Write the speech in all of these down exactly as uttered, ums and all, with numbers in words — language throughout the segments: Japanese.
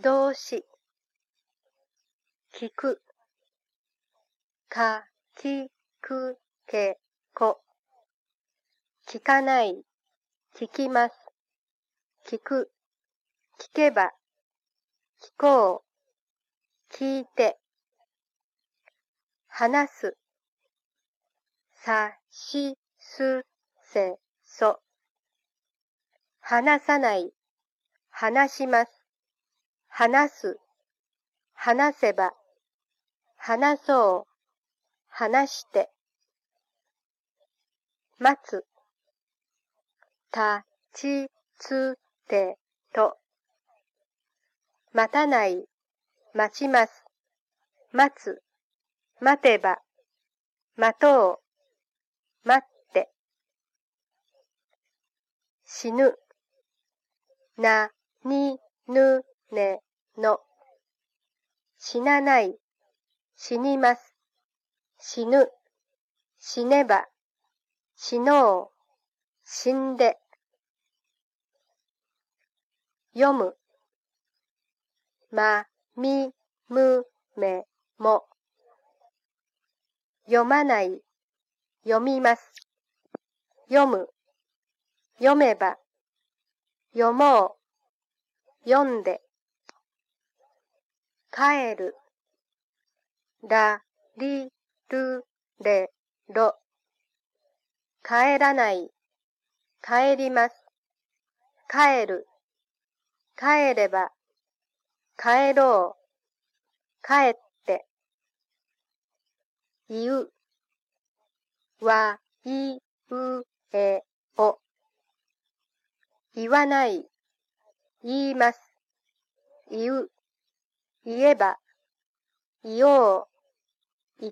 動詞、聞く、か、き、く、け、こ。聞かない、聞きます。聞く、聞けば、聞こう、聞いて。話す、さ、し、す、せ、そ。話さない、話します。話す、話せば、話そう、話して。待つ、た、ち、つ、て、と。待たない、待ちます。待つ、待てば、待とう、待って。死ぬ、な、に、ぬ、ね、の。死なない、死にます。死ぬ、死ねば、死のう、死んで。読む、ま、み、む、め、も。読まない、読みます。読む、読めば、読もう、読んで。帰る、ら、り、る、れ、ろ。帰らない、帰ります。帰る、帰れば、帰ろう、帰って。言う、わ、い、う、え、お。言わない、言います。言う、言えば、言おう、言って。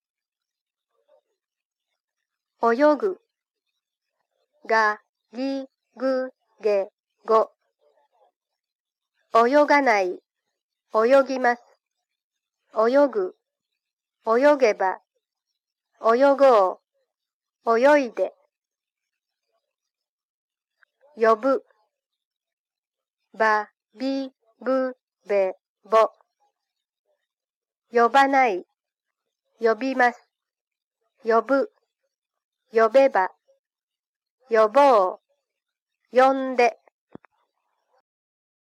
泳ぐ、が、ぎ、ぐ、げ、ご。泳がない、泳ぎます。泳ぐ、泳げば、泳ごう、泳いで。呼ぶ、ば、び、ぶ、べ、ぼ。呼ばない、呼びます。呼ぶ、呼べば、呼ぼう、呼んで。